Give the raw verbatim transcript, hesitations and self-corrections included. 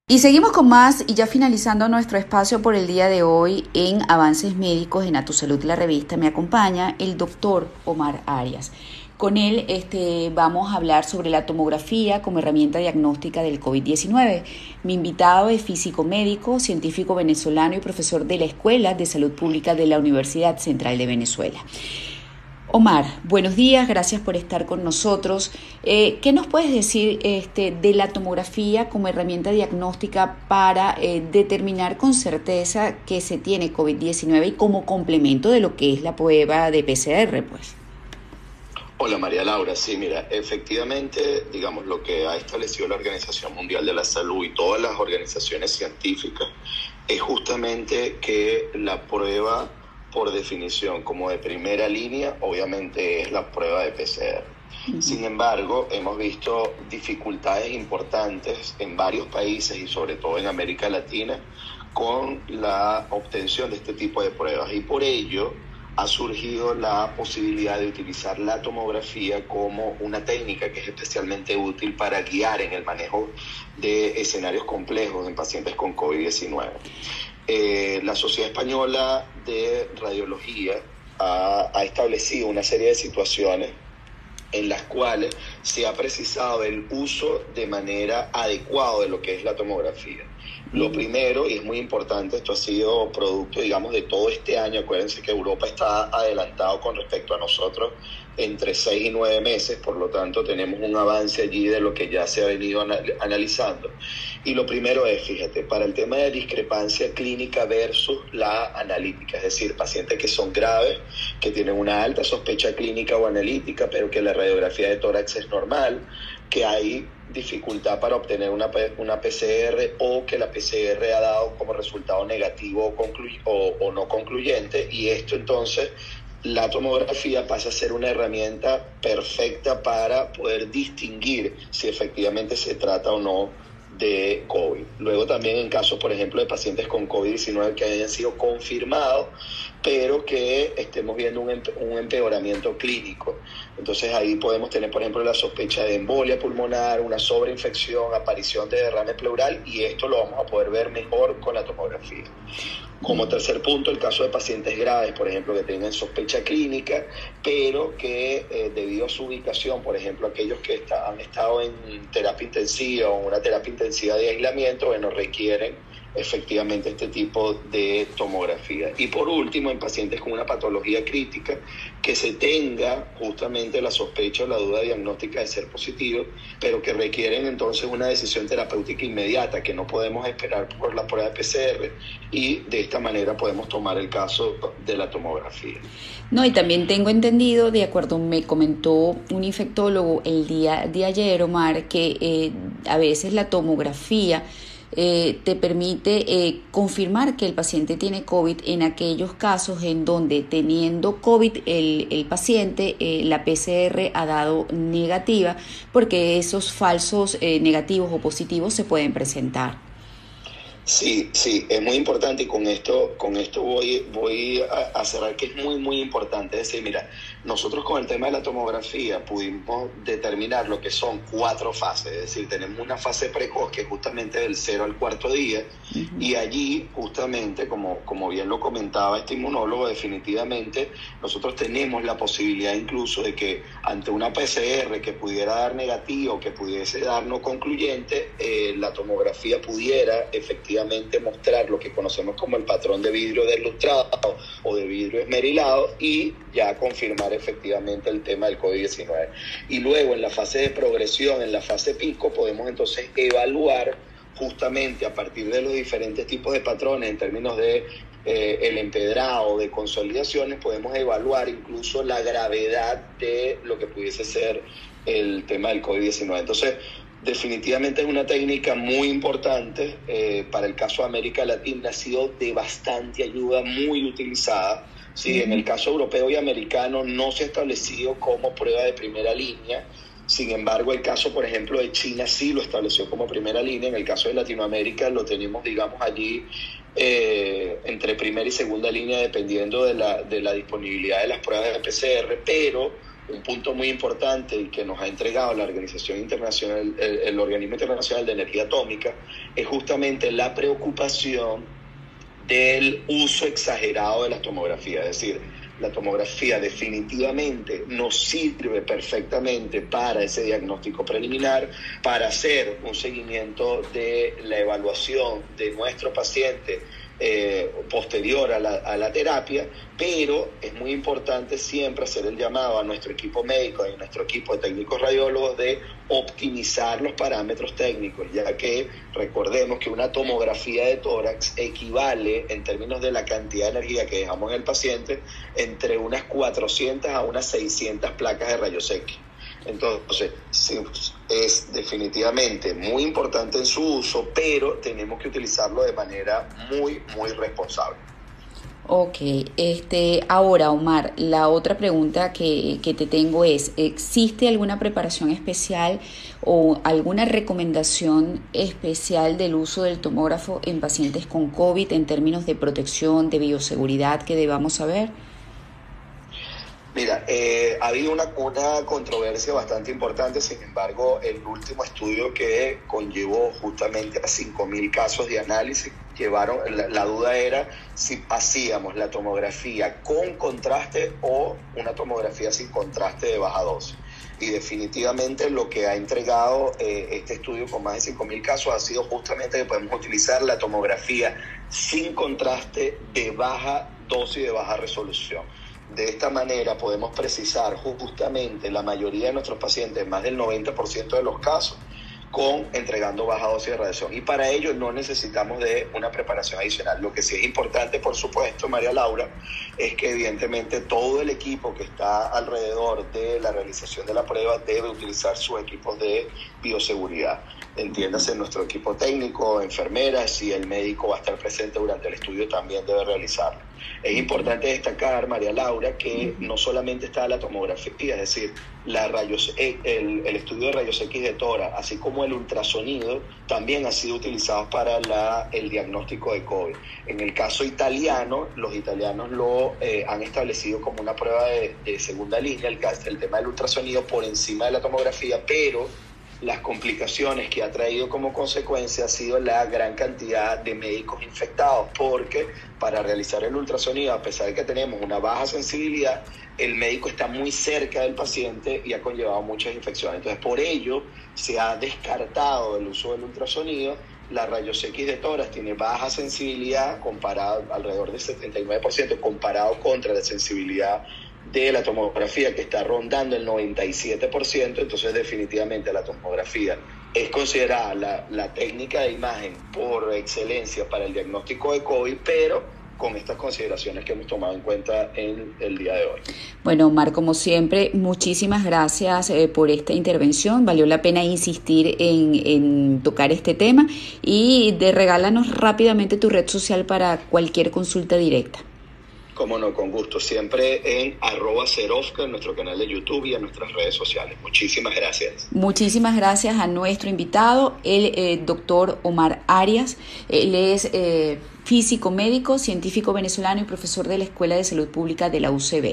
Y seguimos con más y ya finalizando nuestro espacio por el día de hoy en Avances Médicos en A Tu Salud, la revista, me acompaña el doctor Omar Arias. Con él este, vamos a hablar sobre la tomografía como herramienta diagnóstica del COVID diecinueve. Mi invitado es físico médico, científico venezolano y profesor de la Escuela de Salud Pública de la Universidad Central de Venezuela. Omar, buenos días, gracias por estar con nosotros. Eh, ¿Qué nos puedes decir este, de la tomografía como herramienta diagnóstica para eh, determinar con certeza que se tiene COVID diecinueve y como complemento de lo que es la prueba de P C R, pues? Hola María Laura, sí, mira, efectivamente, digamos, lo que ha establecido la Organización Mundial de la Salud y todas las organizaciones científicas es justamente que la prueba, por definición, como de primera línea, obviamente es la prueba de P C R. Uh-huh. Sin embargo, hemos visto dificultades importantes en varios países y sobre todo en América Latina con la obtención de este tipo de pruebas, y por ello ha surgido la posibilidad de utilizar la tomografía como una técnica que es especialmente útil para guiar en el manejo de escenarios complejos en pacientes con COVID diecinueve. Eh, la Sociedad Española de Radiología ha, ha establecido una serie de situaciones en las cuales se ha precisado el uso de manera adecuada de lo que es la tomografía. Lo primero, y es muy importante, esto ha sido producto, digamos, de todo este año. Acuérdense que Europa está adelantado con respecto a nosotros entre seis y nueve meses, por lo tanto tenemos un avance allí de lo que ya se ha venido analizando. Y lo primero es, fíjate, para el tema de discrepancia clínica versus la analítica, es decir, pacientes que son graves, que tienen una alta sospecha clínica o analítica, pero que la radiografía de tórax es normal, que hay dificultad para obtener una, una P C R o que la P C R ha dado como resultado negativo o, concluy, o, o no concluyente, y esto entonces la tomografía pasa a ser una herramienta perfecta para poder distinguir si efectivamente se trata o no de COVID. Luego también en casos, por ejemplo, de pacientes con COVID diecinueve que hayan sido confirmados, pero que estemos viendo un, empe- un empeoramiento clínico. Entonces ahí podemos tener, por ejemplo, la sospecha de embolia pulmonar, una sobreinfección, aparición de derrame pleural, y esto lo vamos a poder ver mejor con la tomografía. Como tercer punto, el caso de pacientes graves, por ejemplo, que tengan sospecha clínica, pero que eh, debido a su ubicación, por ejemplo, aquellos que está, han estado en terapia intensiva o una terapia intensiva de aislamiento, bueno, requieren efectivamente este tipo de tomografía. Y por último, en pacientes con una patología crítica, que se tenga justamente la sospecha o la duda diagnóstica de ser positivo, pero que requieren entonces una decisión terapéutica inmediata, que no podemos esperar por la prueba de P C R, y de esta manera podemos tomar el caso de la tomografía. No, y también tengo entendido, de acuerdo, me comentó un infectólogo el día de ayer, Omar, que eh, a veces la tomografía Eh, te permite eh, confirmar que el paciente tiene COVID en aquellos casos en donde, teniendo COVID el, el paciente, eh, la P C R ha dado negativa, porque esos falsos eh, negativos o positivos se pueden presentar. Sí, sí, es muy importante, y con esto, con esto voy, voy a, a cerrar, que es muy, muy importante. Es decir, mira, nosotros con el tema de la tomografía pudimos determinar lo que son cuatro fases, es decir, tenemos una fase precoz que es justamente del cero al cuarto día, uh-huh. Y allí justamente, como, como bien lo comentaba este inmunólogo, definitivamente nosotros tenemos la posibilidad incluso de que ante una P C R que pudiera dar negativo, que pudiese dar no concluyente, eh, la tomografía pudiera efectivamente mostrar lo que conocemos como el patrón de vidrio deslustrado o de vidrio esmerilado, y ya confirmar efectivamente el tema del COVID diecinueve. Y luego en la fase de progresión, en la fase pico, podemos entonces evaluar justamente a partir de los diferentes tipos de patrones en términos de eh, el empedrado, de consolidaciones, podemos evaluar incluso la gravedad de lo que pudiese ser el tema del COVID diecinueve. Entonces, definitivamente es una técnica muy importante. Eh, para el caso de América Latina ha sido de bastante ayuda, muy utilizada. Sí, en el caso europeo y americano no se ha establecido como prueba de primera línea. Sin embargo, el caso, por ejemplo, de China sí lo estableció como primera línea. En el caso de Latinoamérica lo tenemos, digamos, allí eh, entre primera y segunda línea, dependiendo de la, de la disponibilidad de las pruebas de P C R, pero un punto muy importante y que nos ha entregado la Organización Internacional, el, el Organismo Internacional de Energía Atómica, es justamente la preocupación del uso exagerado de las tomografías. Es decir, la tomografía definitivamente nos sirve perfectamente para ese diagnóstico preliminar, para hacer un seguimiento de la evaluación de nuestro paciente eh, posterior a la, a la terapia, pero es muy importante siempre hacer el llamado a nuestro equipo médico y a nuestro equipo de técnicos radiólogos de optimizar los parámetros técnicos, ya que recordemos que una tomografía de tórax equivale en términos de la cantidad de energía que dejamos en el paciente entre unas cuatrocientas a unas seiscientas placas de rayos X. Entonces, sí, es definitivamente muy importante en su uso, pero tenemos que utilizarlo de manera muy, muy responsable. Ok, este, ahora Omar, la otra pregunta que, que te tengo es, ¿existe alguna preparación especial o alguna recomendación especial del uso del tomógrafo en pacientes con COVID en términos de protección, de bioseguridad que debamos saber? Mira, eh, ha habido una, una controversia bastante importante, sin embargo, el último estudio que conllevó justamente a cinco mil casos de análisis, llevaron, la, la duda era si hacíamos la tomografía con contraste o una tomografía sin contraste de baja dosis. Y definitivamente lo que ha entregado eh, este estudio con más de cinco mil casos ha sido justamente que podemos utilizar la tomografía sin contraste de baja dosis, de baja resolución. De esta manera podemos precisar justamente la mayoría de nuestros pacientes, más del noventa por ciento de los casos, con entregando baja dosis de radiación. Y para ello no necesitamos de una preparación adicional. Lo que sí es importante, por supuesto, María Laura, es que evidentemente todo el equipo que está alrededor de la realización de la prueba debe utilizar sus equipos de bioseguridad. Entiéndase, nuestro equipo técnico, enfermeras, y el médico va a estar presente durante el estudio, también debe realizarlo. Es importante destacar, María Laura, que no solamente está la tomografía, es decir, la rayos, el, el estudio de rayos X de tórax, así como el ultrasonido, también ha sido utilizado para la, el diagnóstico de COVID. En el caso italiano, los italianos lo eh, han establecido como una prueba de, de segunda línea, el, el tema del ultrasonido por encima de la tomografía, pero las complicaciones que ha traído como consecuencia ha sido la gran cantidad de médicos infectados, porque para realizar el ultrasonido, a pesar de que tenemos una baja sensibilidad, el médico está muy cerca del paciente y ha conllevado muchas infecciones. Entonces, por ello, se ha descartado el uso del ultrasonido. La rayos X de tórax tiene baja sensibilidad, comparado alrededor del setenta y nueve por ciento, comparado contra la sensibilidad de la tomografía, que está rondando el noventa y siete por ciento. Entonces definitivamente la tomografía es considerada la, la técnica de imagen por excelencia para el diagnóstico de COVID, pero con estas consideraciones que hemos tomado en cuenta en el día de hoy. Bueno, Omar, como siempre, muchísimas gracias eh, por esta intervención. Valió la pena insistir en, en tocar este tema, y de regálanos rápidamente tu red social para cualquier consulta directa. Cómo no, con gusto. Siempre en arroba Serofka, en nuestro canal de YouTube y en nuestras redes sociales. Muchísimas gracias. Muchísimas gracias a nuestro invitado, el eh, doctor Omar Arias. Él es eh, físico médico, científico venezolano y profesor de la Escuela de Salud Pública de la U C B.